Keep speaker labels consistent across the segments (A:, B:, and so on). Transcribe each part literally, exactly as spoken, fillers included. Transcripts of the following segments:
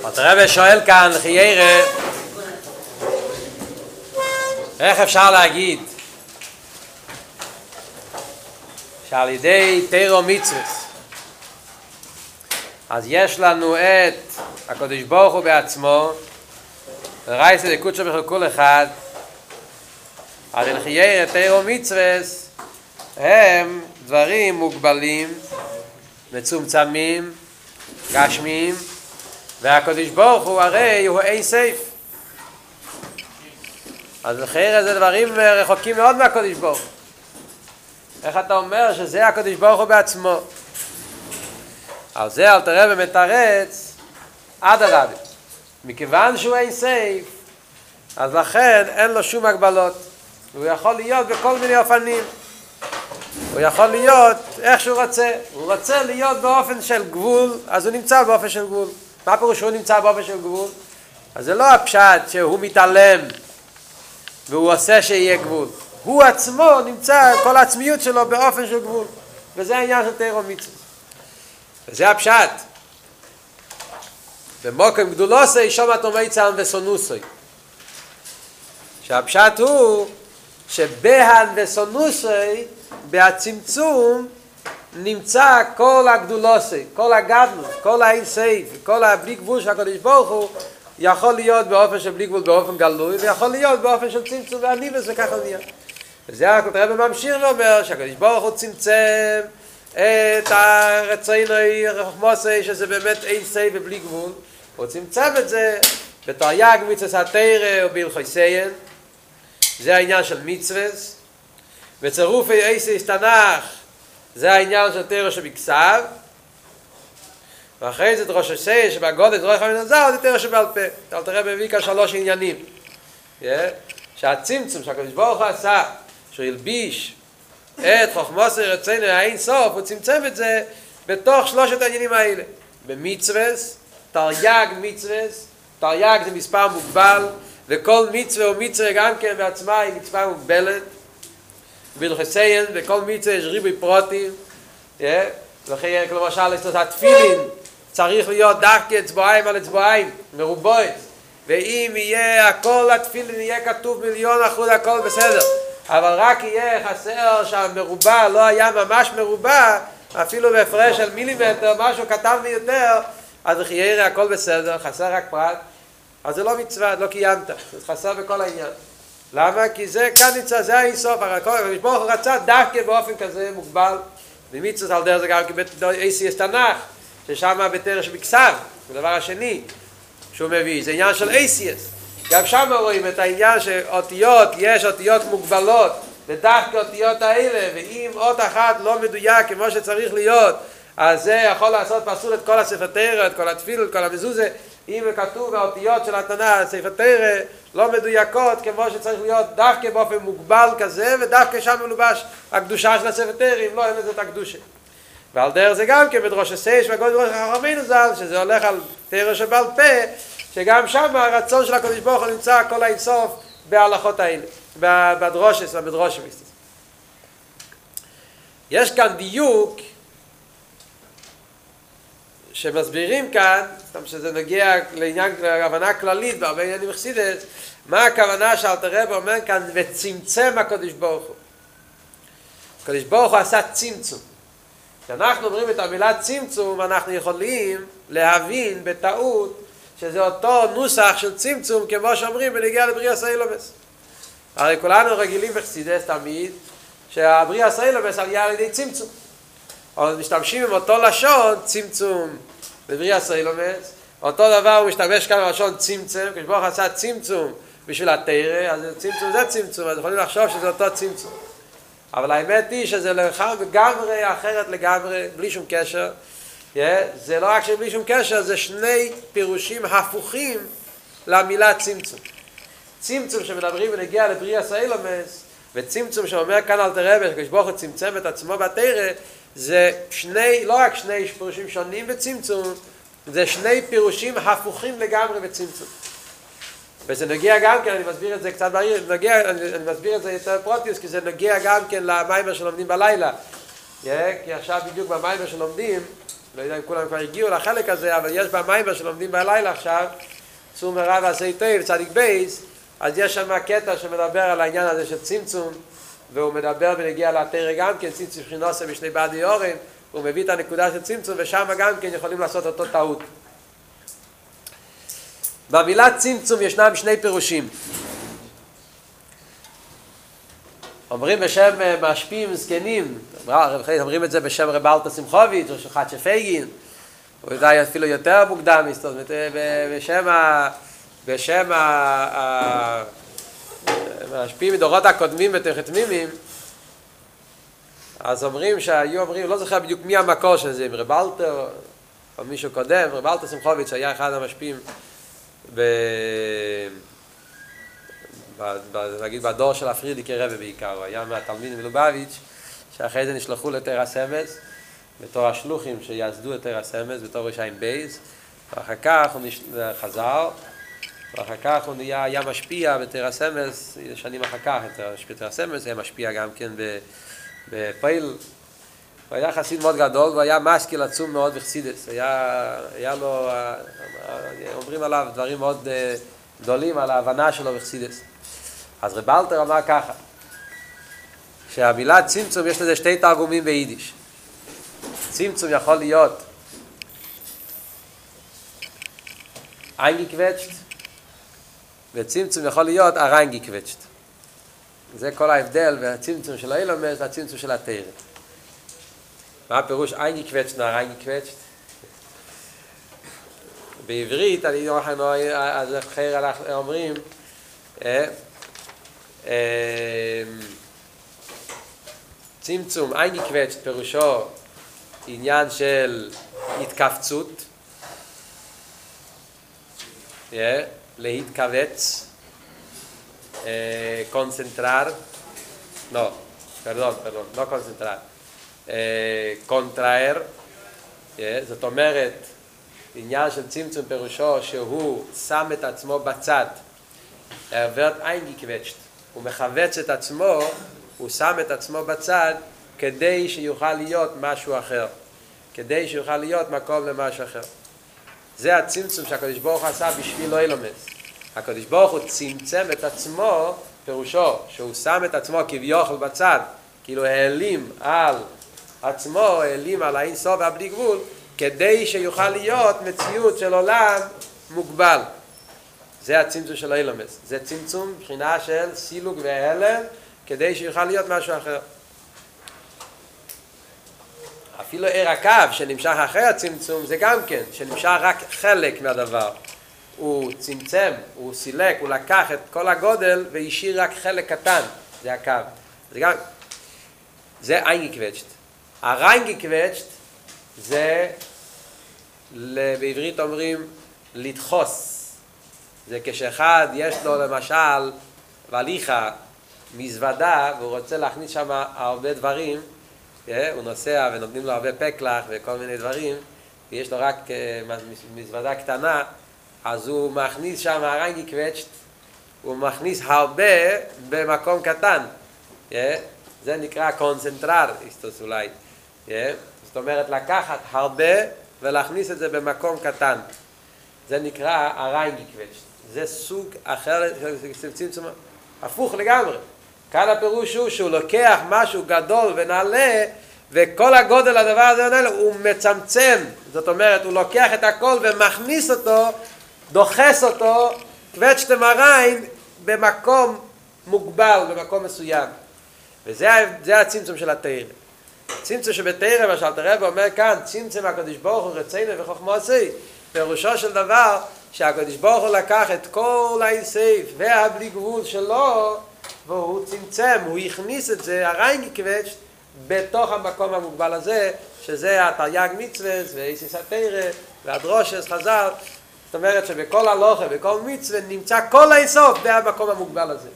A: הרב שואל כאן חיירה, איך אפשר להגיד שעל ידי תורה ומצוות אז יש לנו את הקדוש ברוך הוא בעצמו ראיס דקודשא בכל כל אחד, אז אל חיירה תורה ומצוות הם דברים מוגבלים, מצומצמים, גשמיים, והקדוש ברוך הוא הרי הוא אין סייף. אז אחרי זה דברים רחוקים מאוד מהקדוש ברוך הוא. איך אתה אומר שזה הקדוש ברוך הוא בעצמו? על זה אל תראה ומתרץ עד הרבי. מכיוון שהוא אין סייף, אז לכן אין לו שום הגבלות. הוא יכול להיות בכל מיני אופנים. הוא יכול להיות איך שהוא רוצה. הוא רוצה להיות באופן של גבול, אז הוא נמצא באופן של גבול. מה פירוש שהוא נמצא באופן של גבול? אז זה לא הפשט שהוא מתעלם והוא עושה שיהיה גבול. הוא עצמו נמצא, כל העצמיות שלו באופן של גבול. וזה העניין של תורה ומצוות. וזה הפשט. במוקם גדולוסי שומע תומי צלם וסונוסי. שהפשט הוא שבהן וסונוסי בהצמצום נמצא כל הגדולוסי, כל הגדלות, כל האין סייף, כל הבלי גבול של הקדוש ברוך הוא יכול להיות באופן של בלי גבול באופן גלוי ויכול להיות באופן של צמצום והניבס וככה נהיה. וזה הרב ממשיך ואומר שהקדוש ברוך הוא צמצם את הרצוני רחמוסי שזה באמת אין סייף ובלי גבול, הוא צמצם את זה בתרי"ג מצוות התורה ובהלכות. זה העניין של מצוות, בצירופי עשר תנ"ך זה העניין של תורה שבכתב, ואחרי זה דרוש עשה שבגודל דרוש חמין הזר זה תורה שבעל פה. אל תראה מביא כאן שלוש עניינים, שהצמצום שהקדוש ברוך הוא עשה, שהוא ילביש את חוכמוס רצונו האין סוף, הוא צמצם את זה בתוך שלושת העניינים האלה. במצוות, תרי"ג מצוות, תרי"ג זה מספר מוגבל, וכל מצווה ומצווה גם כן בעצמה היא מצווה מוגבלת. בהלכות בכל מצווה יש ריבוי פרוטים, וכן למשל יש התפילין צריך להיות דווקא אצבעיים על אצבעיים מרובעות, ואם יהיה הכל התפילין יהיה כתוב מיליון אחוז הכל בסדר, אבל רק יהיה חסר שהמרובע לא היה ממש מרובע, אפילו בהפרש של מילימטר משהו קטן ביותר, אז חיירה הכל בסדר, חסר רק פרט, אז זה לא מצווה, לא קיימת, זה חסר בכל העניין. למה? כי זה כאן נמצא, זה האיסוף, הקדוש ברוך הוא רצה דווקא באופן כזה מוגבל, במצוות על דרך זה גם בעשר תנ"ך, ששם בתורה שבכתב, הדבר השני שהוא מביא, זה עניין של עשר. גם שם רואים את העניין שאותיות, יש אותיות מוגבלות, ודווקא אותיות האלה, ואם אות אחת לא מדויק כמו שצריך להיות, אז זה יכול לעשות פסול את כל הספר תורה, את כל התפילה, את כל המזוזה. אם כתוב האותיות של התנ"ך, ספר תורה, לא מדויקות כמו שצריך להיות דווקא באופן מוגבל כזה, ודווקא שם מלובש הקדושה של הספר תורה, אם לא, אין לזה את הקדושה. ועל דרך זה גם כן בדרוש עשה והגודל דרוש חכמינו ז"ל, שזה הולך על תורה שבעל פה, שגם שם הרצון של הקדוש ברוך הוא נמצא כל האינסוף בהלכות האלה, בדרושס ובדרושים. יש כאן דיוק שמסבירים כאן, שזה נגיע לעניין להבנה כללית בהרבה עניינים חסידות, מה הכוונה שאלתר רבי אומר כאן וצמצם הקדוש ברוך הוא. הקדוש ברוך הוא עשה צמצום. כשאנחנו אומרים את המילה צמצום, אנחנו יכולים להבין בטעות שזה אותו נוסח של צמצום כמו שאומרים בנגיע לבריאס האילומס. הרי כולנו רגילים בחסידות תמיד שהבריאס האילומס עלייה על ידי צמצום. אבל משתמשים עם אותו לשון צמצום בבריאס האילומס, אותו דבר הוא משתמש כאן בלשון צמצם, כשברוך עשה צמצום בשביל התורה, אז צמצום זה צמצום, אז יכולים לחשוב שזה אותו צמצום. אבל האמת היא שזה לגמרי אחרת לגמרי, בלי שום קשר. זה לא רק שבלי שום קשר, זה שני פירושים הפוכים למילה צמצום. צמצום שמדברים ונגיע לבריאס האילומס, וצמצום שאומר כאן אלתר רבי, כשברוך הוא צמצם את עצמו בתורה, זה שני, לא רק שני פירושים שונים בצמצום, זה שני פירושים הפוכים לגמרי בצמצום. וזה נגיע גם כן, אני מסביר את זה קצת בעיר, נגיע, אני, אני מסביר את זה יותר פרוטיוס, כי זה נגיע גם כן למיימר שלומדים בלילה. Yeah, כי עכשיו בדיוק במיימר שלומדים, לא יודע אם כולם כבר הגיעו לחלק הזה, אבל יש במיימר שלומדים בלילה עכשיו, צום מרע ועשה טוב, צדיק בייס, אז יש שם קטע שמדבר על העניין הזה של צמצום, והוא מדבר ונגיע לתרא גם כן, צמצום שכינוסה בשני בעדי אורן, הוא מביא את הנקודה של צמצום, ושם גם כן יכולים לעשות אותו טעות. במילה צמצום ישנם שני פירושים. אומרים בשם משפיעים זקנים, אומרים את זה בשם רב אלתר שמחוביץ' או שחת שפייגין, או יודע אפילו יותר מוקדם, בשם ה... בשם ה... המשפיעים מדורות הקודמים ותחתמימים, אז אומרים שהיו אומרים, לא זוכר בדיוק מי המקור של זה, אם רב אלתר או מישהו קודם, רב אלתר שמחוביץ' היה אחד המשפיעים ב... נגיד בדור של הפרידיקי רבי בעיקר, הוא היה מהתלמיד מלובביץ' שאחרי זה נשלחו לתרא סמס בתור השלוחים שיסדו את תרא סמס בתור רשעים בייס, ואחר כך הוא חזר, ואחר כך הוא נהיה, היה משפיע בתרא סמס שנים אחר כך, בתרא סמס היה משפיע גם כן בפייל, הוא היה חסיד מאוד גדול והוא היה משכיל עצום מאוד בחסידס, היה, היה לו, אומרים עליו דברים מאוד גדולים על ההבנה שלו בחסידס. אז רב אלתר אמר ככה, שהמילה צמצום יש לזה שתי תרגומים ביידיש. צמצום יכול להיות eingekvetscht, וצמצום יכול להיות reingekvetscht. זה כל ההבדל בין הצמצום של האילומס והצמצום של התורה. מה הפירוש eingekvetscht ו-reingekvetscht? בעברית, אני אומר, אז אחר אומרים, צמצום, eingekvetscht פירושו עניין של התכווצות, להתכווץ, קונצנטרר, לא, פרדון, פרדון, לא קונצנטרר, קונטראר, זאת אומרת, עניין של צמצום פירושו שהוא שם את עצמו בצד, wird eingekvetscht, הוא מחווץ את עצמו, הוא שם את עצמו בצד כדי שיוכל להיות משהו אחר, כדי שיוכל להיות מקום למשהו אחר. זה הצמצום שהקדוש ברוך הוא עשה בשביל לא ילומס. הקדוש ברוך הוא צמצם את עצמו, פירושו שהוא שם את עצמו כביכול בצד, כאילו העלים על עצמו, העלים על האין סוף והבלי גבול, כדי שיוכל להיות מציאות של עולם מוגבל. זה הצמצום של האילומס. זה צמצום מבחינה של סילוק והלם, כדי שיוכל להיות משהו אחר. אפילו עיר הקו שנמשך אחרי הצמצום, זה גם כן, שנמשך רק חלק מהדבר. הוא צמצם, הוא סילק, הוא לקח את כל הגודל והשאיר רק חלק קטן. זה הקו. זה גם... זה eingekvetscht. ה-reingekvetscht זה, בעברית אומרים, לדחוס. זה כשאחד יש לו למשל וליכה, מזוודה, והוא רוצה להכניס שם הרבה דברים, הוא נוסע ונותנים לו הרבה פקלח וכל מיני דברים, ויש לו רק מזוודה קטנה, אז הוא מכניס שם reingekvetscht, הוא מכניס הרבה במקום קטן. זה נקרא קונצנטרר, איסטוס אולי. זאת אומרת, לקחת הרבה ולהכניס את זה במקום קטן. זה נקרא reingekvetscht. זה סוג אחר, צמצום הפוך לגמרי. כאן הפירוש הוא שהוא לוקח משהו גדול ונעלה, וכל הגודל הדבר הזה ונעלה, הוא מצמצם. זאת אומרת, הוא לוקח את הכל ומכניס אותו, דוחס אותו, קווצ'ט מריין, במקום מוגבל, במקום מסוים. וזה זה הצמצום של התורה. צמצום שבתורה, מה שאלתר רבי אומר כאן, צמצום הקדוש ברוך הוא רצינו וחוכמוסי, פירושו של דבר שהקדוש ברוך הוא לקח את כל האיסף והבלי גבול שלו, והוא צמצם, הוא הכניס את זה, reingekvetscht, בתוך המקום המוגבל הזה, שזה התרי"ג מצוות ואיסיס התורה והדרושס חז"ל. זאת אומרת שבכל הלוכה, בכל מצווה, נמצא כל האיסוף במקום המוגבל הזה.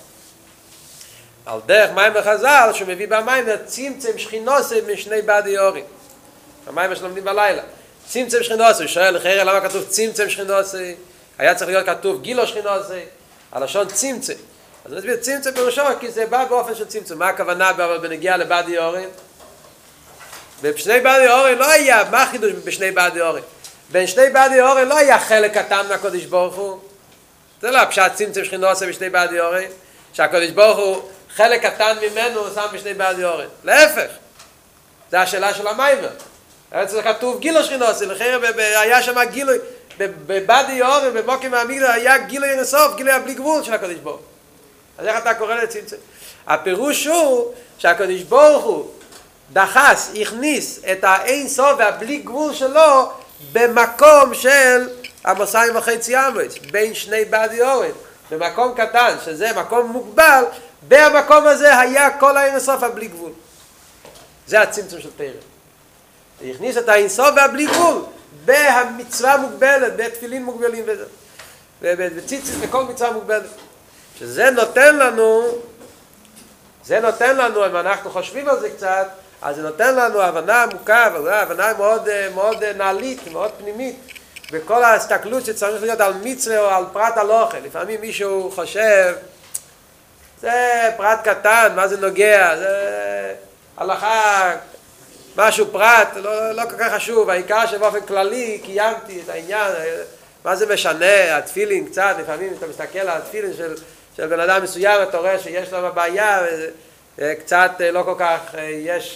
A: על דרך מיימר חז"ל, שהוא מביא במיימר, צמצם שכינוסי משני בעדי אורים. המיימר שלומדים בלילה. צמצם שכינוסי, הוא שואל לחיירה למה כתוב צמצם שכינוסי, היה צריך להיות כתוב גילו שכינוסי, הלשון צמצם. אז אני מסביר, צמצם פירושו, כי זה בא באופן של צמצום. מה הכוונה בנגיעה לבעדי אורים? בשני בעדי אורן לא היה, מה החידוש בשני בעדי אורן? בין שני בעדי אורן לא היה חלק קטן מהקודש ברוך הוא. זה לא הפשט צמצם שכינו עושה בשני בעדי אורן, שהקודש ברוך הוא חלק קטן ממנו הוא שם בשני בעדי אורן. להפך, זה השאלה של המיימר. זה כתוב גילו שכינו עושה, היה שם גילוי, בבעדי אורן, במוקים מהמיגדל, היה גילוי אינסוף, גילוי הבלי גבול של הקודש ברוך הוא. אז איך אתה קורא לצמצם? הפירוש הוא שהקודש ברוך הוא דחס, הכניס את האין סוף והבלי גבול שלו במקום של המוסיים וחצי אמץ, בין שני בעדי אורן, במקום קטן, שזה מקום מוגבל, במקום הזה היה כל האין סוף והבלי גבול. זה הצמצום של תורה. הכניס את האין סוף והבלי גבול במצווה מוגבלת, בתפילין מוגבלים וזה. ובציצית בכל מצווה מוגבלת. שזה נותן לנו, זה נותן לנו, אם אנחנו חושבים על זה קצת, אז זה נותן לנו הבנה עמוקה, הבנה מאוד, מאוד נעלית, מאוד פנימית, בכל ההסתכלות שצריך להיות על מצווה או על פרט הלוכה. לפעמים מישהו חושב, זה פרט קטן, מה זה נוגע, זה הלכה, משהו פרט, לא, לא כל כך חשוב, העיקר שבאופן כללי קיימתי את העניין, מה זה משנה, התפילין קצת, לפעמים אתה מסתכל על התפילין של, של בן אדם מסוים, אתה רואה שיש לו בעיה, קצת לא כל כך, יש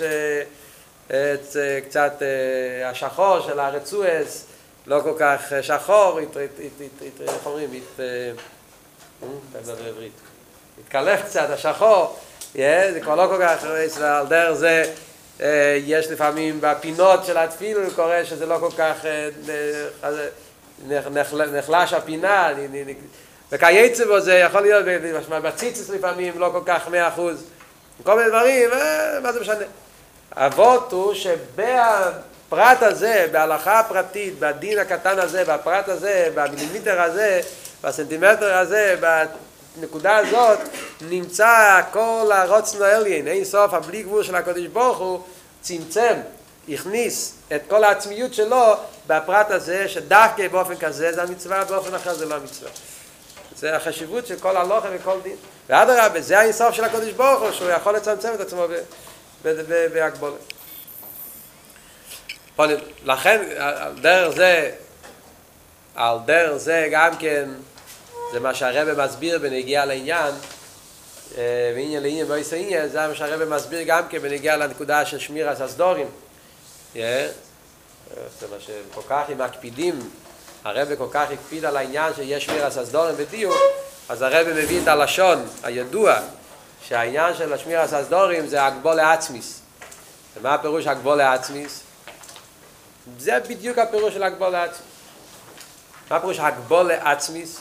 A: קצת השחור של הרצועס, לא כל כך שחור, איך אומרים, התקלף קצת השחור, זה כבר לא כל כך, על דרך זה יש לפעמים בפינות של התפילין, קורה שזה לא כל כך נחלש הפינה, וכייצא בו זה יכול להיות בציצס לפעמים, לא כל כך מאה אחוז, כל מיני דברים, מה זה משנה? אבות הוא שבפרט הזה, בהלכה הפרטית, בדין הקטן הזה, בפרט הזה, במילימטר הזה, בסנטימטר הזה, בנקודה הזאת, נמצא כל הרוצנו העליין, אין סוף, הבלי גבול של הקדוש ברוך הוא, צמצם, הכניס את כל העצמיות שלו בפרט הזה, שדווקא באופן כזה זה המצווה, באופן אחר זה לא המצווה. זה החשיבות של כל הלוכה וכל דין. ואדרבה, זה האינסוף של הקדוש ברוך הוא, שהוא יכול לצמצם את עצמו בהגבולה. לכן, על דרך זה, על דרך זה גם כן, זה מה שהרבא מסביר בנגיעה לעניין, ועניין לעניין ואיסא עניין, זה מה שהרבא מסביר גם כן בנגיעה לנקודה של שמירת הסדורים. זה מה שכל כך הם מקפידים, הרבא כל כך הקפיד על העניין שיש שמירת הסדורים בדיוק, אז הרבא מביא את הלשון הידוע שהעניין של השמירת הסדורים זה הגבולה עצמיס. ומה הפירוש הגבולה עצמיס? זה בדיוק הפירוש של הגבולה עצמיס. מה הפירוש הגבולה עצמיס?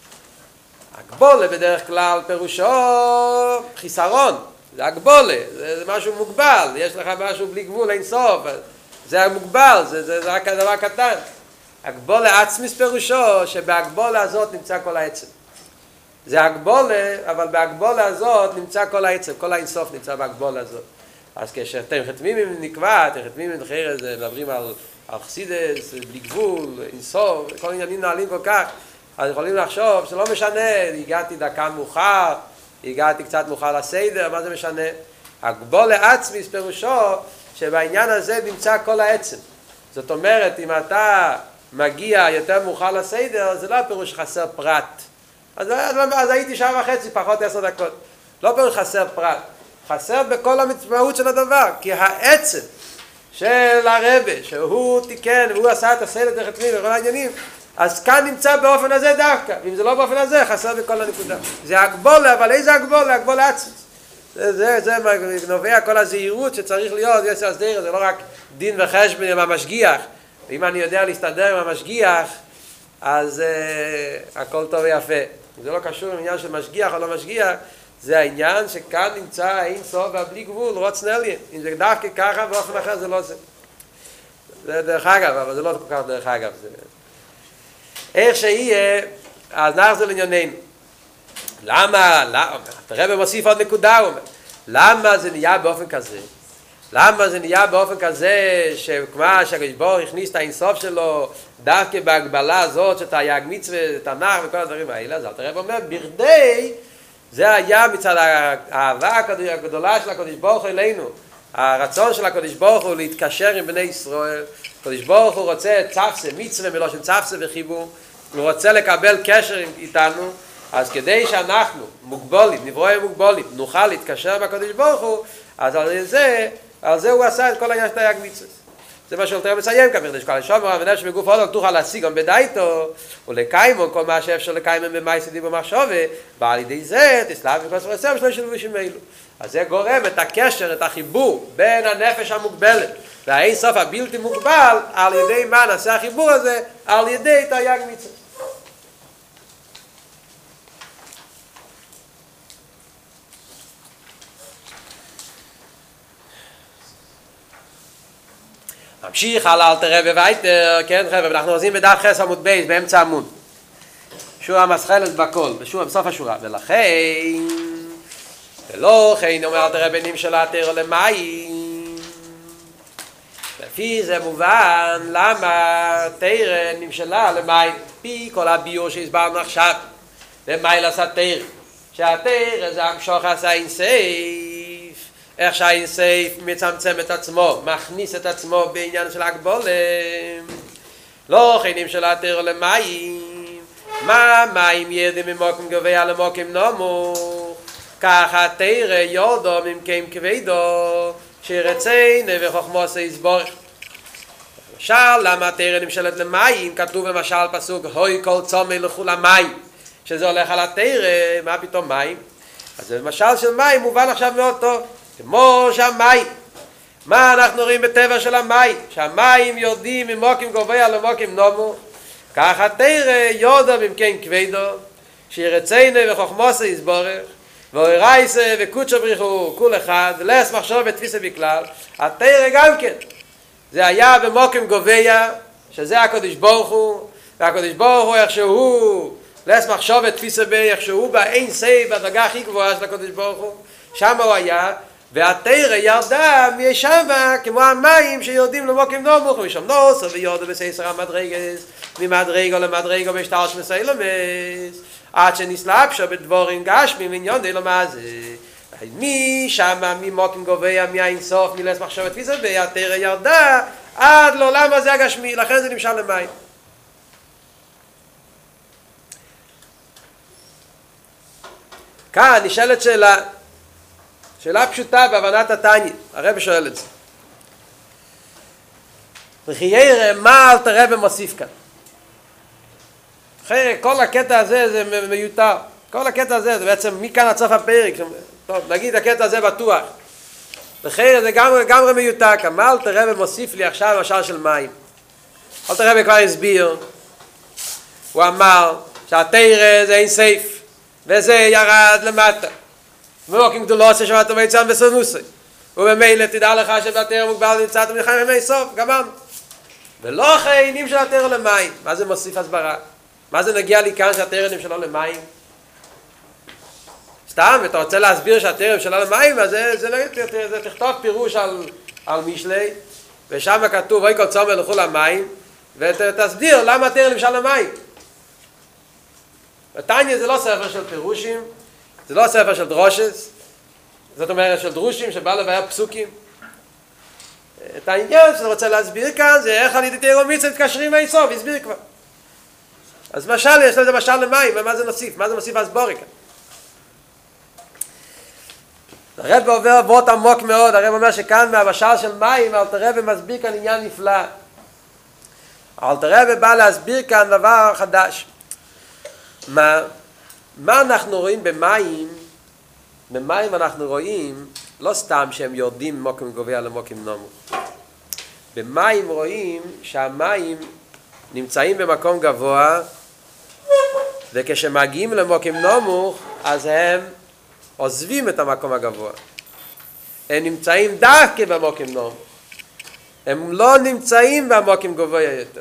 A: הגבולה בדרך כלל פירושו חיסרון, זה הגבולה, זה, זה משהו מוגבל, יש לך משהו בלי גבול, אין סוף, זה המוגבל, זה, זה, זה רק הדבר קטן. הגבולה עצמיס פירושו שבהגבולה הזאת נמצא כל העצם. זה הגבולה, אבל בהגבולה הזאת נמצא כל העצם, כל האינסוף נמצא בהגבולה הזאת. אז כשאתם חתמים עם נקבע, אתם חתמים עם אחרת, מדברים על, על חסידס, בלי גבול, אינסוף, כל עניינים נעלים כל כך, אז יכולים לחשוב שלא משנה, הגעתי דקה מאוחר, הגעתי קצת מאוחר לסדר, מה זה משנה? הגבולה עצמיס פירושו שבעניין הזה נמצא כל העצם. זאת אומרת, אם אתה מגיע יותר מאוחר לסדר, זה לא הפירוש חסר פרט. אז, אז, אז הייתי שעה וחצי, פחות עשר דקות. לא פירוש חסר פרט. חסר בכל המשמעות של הדבר, כי העצם של הרבא, שהוא תיקן, והוא עשה את הסדר תחתמים וכל העניינים, אז כאן נמצא באופן הזה דווקא. ואם זה לא באופן הזה, חסר בכל הנקודה. זה הגבולה, אבל איזה הגבולה? הגבולה עצמית. זה, זה, זה נובע כל הזהירות שצריך להיות, יש הסדר, זה לא רק דין וחשבון עם המשגיח. ואם אני יודע להסתדר עם המשגיח, אז uh, הכל טוב ויפה. זה לא קשור עם עניין של משגיח או לא משגיח, זה העניין שכאן נמצא האין סוף והבלי גבול, רוץ נליין. אם זה דווקא ככה, באופן אחר זה לא זה. זה דרך אגב, אבל זה לא כל כך דרך אגב. זה... איך שיהיה, אז נחזור לענייננו. למה, למה, הרב מוסיף עוד נקודה, הוא אומר, למה זה נהיה באופן כזה? למה זה נהיה באופן כזה שכמו שהקדוש ברוך הוא הכניס את האינסוף שלו דווקא בהגבלה הזאת של תרי"ג מצוות, תנ"ך וכל הדברים האלה? אז הרב אומר, בכדי זה היה מצד האהבה הגדולה של הקדוש ברוך הוא אלינו, הרצון של הקדוש ברוך הוא להתקשר עם בני ישראל, הקדוש ברוך הוא רוצה צפסה, מצווה מלושן צפסה וחיבור, הוא רוצה לקבל קשר איתנו, אז כדי שאנחנו מוגבלים, נברואים מוגבלים, נוכל להתקשר עם הקדוש ברוך הוא, אז על זה, על זה הוא עשה את כל העניין של תרי"ג מצוות. זה מה שאלתר רבי מסיים כאן, כדי שכל השומר ונפש בגוף הודו תוכל להשיג גם בדייתו ולקיימו כל מה שאפשר לקיימו במעשה דיבור ומחשבה, ועל ידי זה תסלח וכל ספר עשר שלוש לבושים אלו. אז זה גורם את הקשר, את החיבור בין הנפש המוגבלת והאין סוף הבלתי מוגבל, על ידי מה נעשה החיבור הזה? על ידי תרי"ג מצוות. נמשיך הלאה אלתר רבי וייטר, כן חבר'ה, אנחנו עוזים בדף חס עמוד בייס באמצע עמוד. שורה מסחלת בכל, בשורה, בסוף השורה, ולכן, ולא כן אומר אלתר רבי נמשלה תירו למים. לפי זה מובן למה תירה נמשלה למים, פי כל הביור שהסברנו עכשיו, למה לעשות תירה, שהתירה זה המשוך עשה אינסייף, איך שהאינסייף מצמצם את עצמו, מכניס את עצמו בעניין של הגבולם. לא חינים של התירו למים, מה מים ירדים ממוקם גבוה למוקם נמוך, ככה תירה יורדו ממקם כבדו, שרצינו וחוכמוסו יסבורך. למשל, למה התירה נמשלת למים? כתוב למשל פסוק, הוי כל צומא לכו למים, שזה הולך על התירה, מה פתאום מים? אז למשל של מים מובן עכשיו מאוד טוב. כמו שהמים, מה אנחנו רואים בטבע של המים? שהמים יורדים ממוקם גבוה למוקם נמוך, ככה תירה יורדו ממקם כבדו, שירצנו וחוכמוסו יסבורך, ואורייסה וקודשא בריך הוא כל אחד, לס מחשוב ותפיסה בכלל. התירה גם כן, זה היה במוקם גבוה, שזה הקדוש ברוך הוא, והקדוש ברוך הוא איך שהוא, לס מחשוב ותפיסה בי, איך שהוא באין סייף, בדרגה הכי גבוהה של הקדוש ברוך הוא, שם הוא היה, והתירה ירדה משם כמו המים שיורדים למוקם נמוך, משם נוסו ויורדו בסייסר המדרגס, ממדרגו למדרגו בשטר שמסיילומס, עד שנסלבשו בדבורים גשמים ועניון די למה זה. משם ממוקם גבוה מאין סוף מלס מחשבת תפיסה, והתירה ירדה עד לעולם הזה הגשמי, לכן זה נמשל למים. כאן נשאלת שאלה, שאלה פשוטה בהבנת התניא, הרב שואל את זה. וכי יראה מה אלתר רבי מוסיף כאן. אחרי כל הקטע הזה זה מיותר. כל הקטע הזה זה בעצם מכאן עד סוף הפרק. טוב, נגיד הקטע הזה בטוח. וכי זה גם, גם מיותר כאן. מה אלתר רבי מוסיף לי עכשיו למשל של מים? אלתר רבי כבר הסביר. הוא אמר שהתירה זה אין סייף. וזה ירד למטה. ומוקם גדולוסי שמעת ויצן וסנוסי. ובמילא תדע לך שבתירה מוגבל נמצאת מלחם ימי סוף, גמרנו. ולא חיינים של התירה למים. מה זה מוסיף הסברה? מה זה נגיע לי כאן שהתירה נמשלה למים? סתם, אתה רוצה להסביר שהתירה נמשלה למים, אז זה, זה, זה, זה, זה תכתוב פירוש על, על משלי, ושם כתוב, אוי כל צומא לכו למים, ותסביר למה התירה נמשלה למים. התניא זה לא ספר של פירושים, זה לא ספר של דרושס, זאת אומרת של דרושים שבא לבאר פסוקים. את העניין שאתה רוצה להסביר כאן זה איך על ידי תירה ומצווה מתקשרים מהאיסוף, הסביר כבר. אז משל יש לזה משל למים, ומה זה נוסיף? מה זה מוסיף הסבורי כאן? הרב עובר עברות עמוק מאוד, הרב אומר שכאן מהמשל של מים, אלתר רבי מסביר כאן עניין נפלא. אלתר רבי בא להסביר כאן דבר חדש. מה, מה אנחנו רואים במים? במים אנחנו רואים לא סתם שהם יורדים ממוקם גבוה למוקם נמוך. במים רואים שהמים נמצאים במקום גבוה, וכשמגיעים למוקם נמוך אז הם עוזבים את המקום הגבוה. הם נמצאים דווקא במוקם נמוך. הם לא נמצאים במוקם גבוה יותר.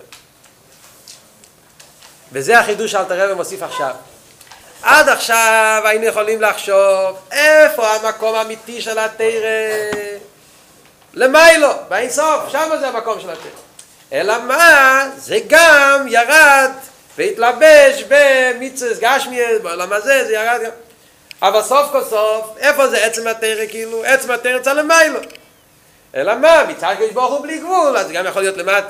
A: וזה החידוש שאלתר רבי מוסיף עכשיו. עד עכשיו היינו יכולים לחשוב איפה המקום האמיתי של התירה? למיילו, באין סוף, שם זה המקום של התירה. אלא מה? זה גם ירד והתלבש במצוות גשמיות, בעולם הזה זה ירד גם. אבל סוף כל סוף, איפה זה עצם התירה כאילו? עצם התירה יצא למיילו. אלא מה? מצד הקדוש ברוך הוא בלי גבול, אז זה גם יכול להיות למטה.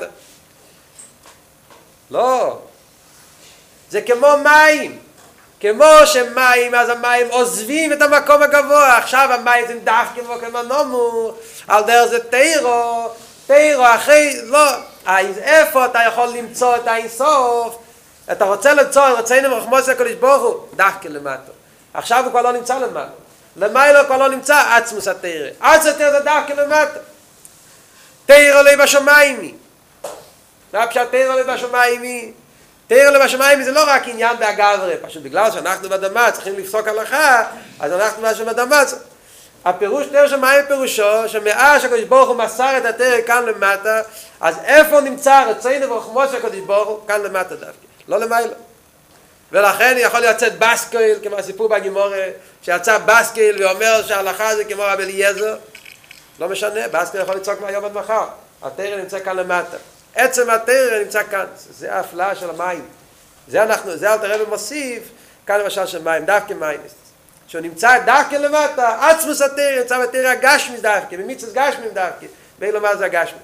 A: לא. זה כמו מים. כמו שמים, אז המים עוזבים את המקום הגבוה. עכשיו המים זה דווקא כמו נמוך. על דרך זה תירו. תירו אחרי, לא. איפה אתה יכול למצוא את האינסוף? אתה רוצה למצוא, רצינו מרחמוס הקדוש ברוך הוא, דווקא למטה. עכשיו הוא כבר לא נמצא למטה. למעלה כבר לא נמצא עצמוס התירה. עצמוס התירה זה דווקא למטה. תירה לי בשמיים. מה פשוט תירה לי בשמיים? תירה לי בשמיים זה לא רק עניין בהגברה, פשוט בגלל שאנחנו באדמה צריכים לפסוק הלכה, אז אנחנו משהו באדמה. הפירוש תירה שמיים פירושו, שמאז שהקדוש ברוך הוא מסר את התירה כאן למטה, אז איפה נמצא רצינו ורחמוס הקדוש ברוך הוא? כאן למטה דווקא, לא למעלה. ולכן יכול לצאת בסקל, כמו הסיפור בגימורה, שיצא בסקל ואומר שההלכה זה כמו רבי אליעזר. לא משנה, בסקל יכול לצעוק מהיום עד מחר. התירה נמצא כאן למטה. עצם התירה נמצא כאן. זה ההפלאה של המים. זה אנחנו, זה אלתר רבי מוסיף, כאן למשל של מים, דווקא מים. שהוא נמצא דווקא למטה, עצמוס התירה, נמצא בתירה הגשמי דווקא, במצוות גשמי דווקא. ואילו מה זה הגשמי?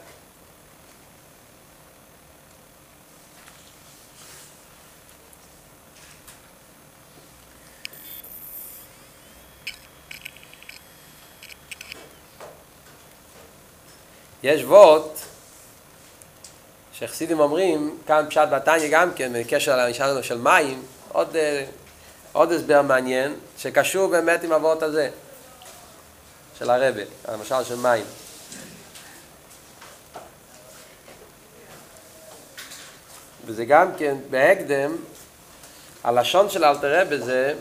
A: יש וורט שחסידים אומרים, כאן פשט בתניא גם כן, בקשר למשל של מים, עוד, עוד הסבר מעניין, שקשור באמת עם הוורט הזה, של הרבי, למשל של מים. וזה גם כן, בהקדם, הלשון של אלתר רבי זה,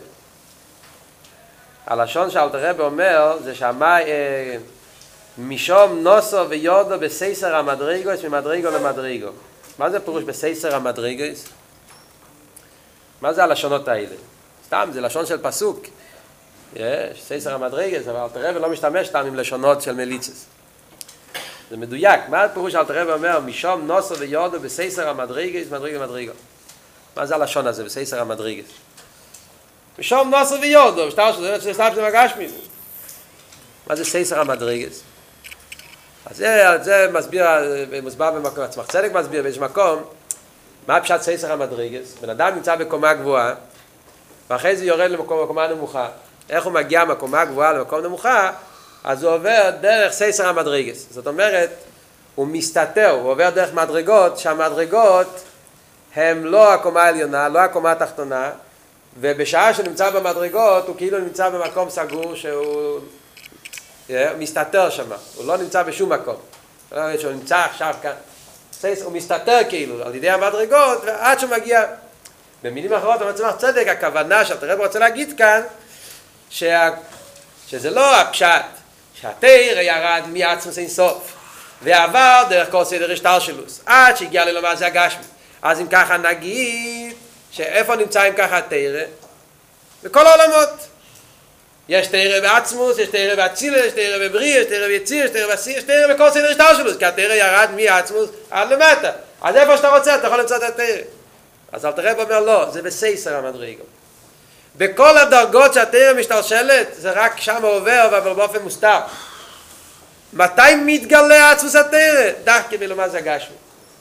A: הלשון של אלתר רבי אומר, זה שהמים, משום נוסו ויודו בסייסר המדרגוס ממדרגו למדרגו. מה זה פירוש בסייסר המדרגוס? מה זה הלשונות האלה? סתם, זה לשון של פסוק. יש סייסר המדרגוס, אבל אלתר רבי לא משתמש סתם עם לשונות של מליצס. זה מדויק. מה הפירוש אלתר רבי אומר? משום נוסו ויודו בסייסר המדרגוס ממדרגו למדרגו. מה זה הלשון הזה בסייסר המדרגוס? משום נוסו ויודו, שטר שזה סתם שזה מגש מזה. מה זה סייסר המדרגוס? אז זה, זה מסביר, מוסבר במקום, עצמך צדק מסביר באיזה מקום, מה פשט סייסר המדרגוס? בן אדם נמצא בקומה גבוהה, ואחרי זה יורד למקום, מקומה נמוכה. איך הוא מגיע מקומה גבוהה למקום נמוכה? אז הוא עובר דרך סייסר המדרגוס. זאת אומרת, הוא מסתתר, הוא עובר דרך מדרגות, שהמדרגות הם לא הקומה העליונה, לא הקומה התחתונה, ובשעה שנמצא במדרגות, הוא כאילו נמצא במקום סגור שהוא... הוא מסתתר שם, הוא לא נמצא בשום מקום. הוא נמצא עכשיו כאן. הוא מסתתר כאילו על ידי המדרגות, ועד שהוא מגיע. במילים אחרות, הוא מצמח צדק, הכוונה שאלתר רבי רוצה להגיד כאן, שה... שזה לא הפשט, שהתירה ירד מעצמוס אין סוף, ועבר דרך כל סדר השתלשלוס, עד שהגיע ללומר זה הגשמי. אז אם ככה נגיד, שאיפה נמצא אם ככה התירה? בכל העולמות. יש תירה בעצמוס, יש תירה באצילוס, יש תירה בבריא, יש תירה ביציר, יש תירה בסיר, יש תירה בכל סדר השתלשלוס, כי התירה ירד מעצמוס עד למטה. אז איפה שאתה רוצה, אתה יכול למצוא את התירה. אז אלתר רבי אומר לא, זה בסייסר המדרגות. בכל הדרגות שהתירה משתלשלת, זה רק שם עובר, אבל באופן מוסתר. מתי מתגלה עצמוס התירה? דווקא בלומר זה הגשמי.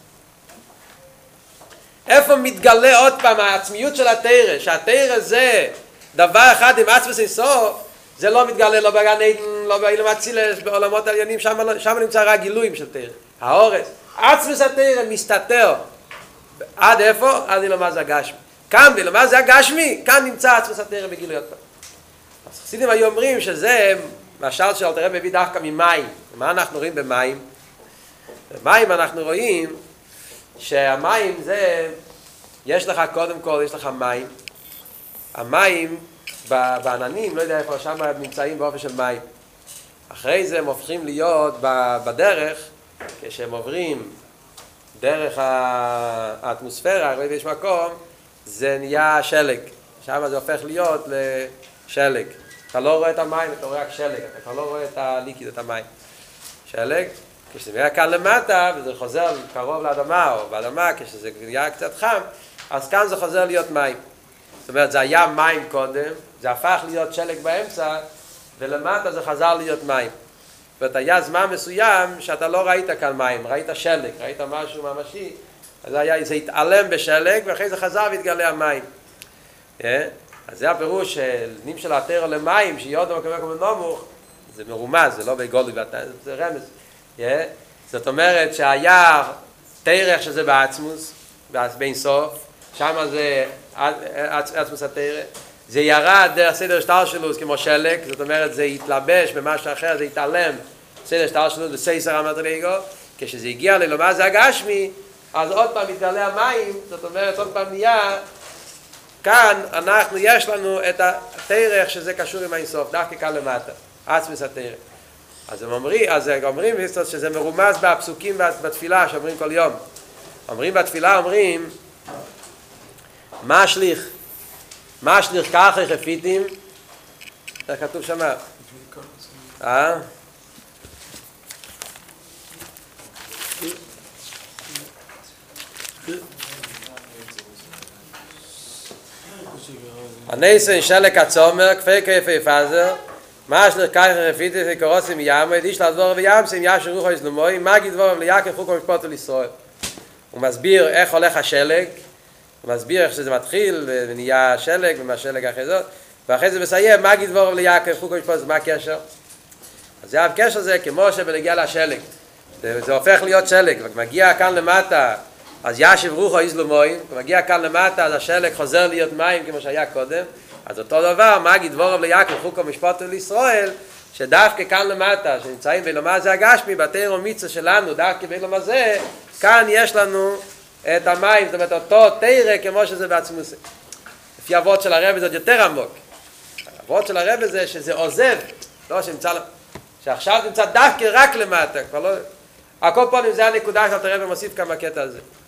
A: איפה מתגלה עוד פעם העצמיות של התירה? שהתירה זה דבר אחד עם עצמוס אין סוף, זה לא מתגלה לא בגן עדן, לא באילום אצילוס, בעולמות העליונים, שם, שם נמצא רק גילויים של תירה. האורס, עצמוס התירה מסתתר. עד איפה? עד אילום זה הגשמי. כאן בלומר זה הגשמי, כאן נמצא עצמוס התירה בגילוי עוד פעם. אז חסידים היו אומרים שזה, משל של אלתר רבי מביא דווקא ממים. מה אנחנו רואים במים? במים אנחנו רואים שהמים זה, יש לך קודם כל, יש לך מים. המים בעננים, לא יודע איפה, שם נמצאים באופן של מים. אחרי זה הם הופכים להיות בדרך, כשהם עוברים דרך האטמוספירה, רואים יש מקום, זה נהיה שלג. שם זה הופך להיות לשלג. אתה לא רואה את המים, אתה רואה רק שלג. אתה לא רואה את הליקיד, את המים. שלג, כשזה נהיה כאן למטה, וזה חוזר קרוב לאדמה, או באדמה, כשזה נהיה קצת חם, אז כאן זה חוזר להיות מים. זאת אומרת, זה היה מים קודם, זה הפך להיות שלג באמצע, ולמטה זה חזר להיות מים. זאת היה זמן מסוים שאתה לא ראית כאן מים, ראית שלג, ראית משהו ממשי, אז היה, זה התעלם בשלג, ואחרי זה חזר והתגלה המים. Yeah. אז זה הפירוש של נמשל התורה למים, שיודו מקבל כמו נמוך, זה מרומז, זה לא בגולי, זה רמז. Yeah. זאת אומרת שהיה תרח שזה בעצמוס, בין סוף, שם זה עצמוס התרח, זה ירד דרך סדר שטר שלו כמו שלג, זאת אומרת זה התלבש במשהו אחר, זה התעלם סדר שטר שלו בסייסר המדרגו, כשזה הגיע ללומד זה הגשמי, אז עוד פעם מתגלה המים, זאת אומרת עוד פעם נהיה, כאן אנחנו, יש לנו את התרח שזה קשור עם האינסוף, דווקא כאן למטה, עצמוס התרח. אז הם אומרים, אז הם אומרים שזה מרומז בפסוקים בתפילה שאומרים כל יום. אומרים בתפילה, אומרים, מה השליך? מה השליך ככה חפיתים? זה כתוב שמה. אה? הניסן שלק הצומר, כפי כפי פזר, מה השליך ככה חפיתים וקורוסים ים, ידיש לדבור וימסים ישר רוחו יסלומוי, מגי דבורם ליעקב חוקו משפוטו לישראל. הוא מסביר איך הולך השלג, הוא מסביר איך שזה מתחיל ונהיה שלג ומהשלג אחרי זאת, ואחרי זה מסיים, מגי דבורם ליעקב חוקו משפוטו, מה הקשר? אז זה הקשר הזה כמו שבנגיע לשלג, זה, זה הופך להיות שלג, ומגיע כאן למטה, אז ישב רוחו יסלומוי, ומגיע כאן למטה, אז השלג חוזר להיות מים כמו שהיה קודם, אז אותו דבר, מגי דבורם ליעקב חוקו משפוטו לישראל, שדווקא כאן למטה, שנמצאים בלומד זה הגשמי, בתורה ומצווה שלנו, דווקא בלומד זה, כאן יש לנו את המים, זאת אומרת אותו תורה כמו שזה בעצמוס. לפי אבות של הרב זה עוד יותר עמוק. אבות של הרב זה שזה עוזב, לא שנמצא, שעכשיו נמצא דווקא רק למטה, כבר לא, הכל פעמים זה הנקודה שאתה הרב מוסיף כמה קטע על זה.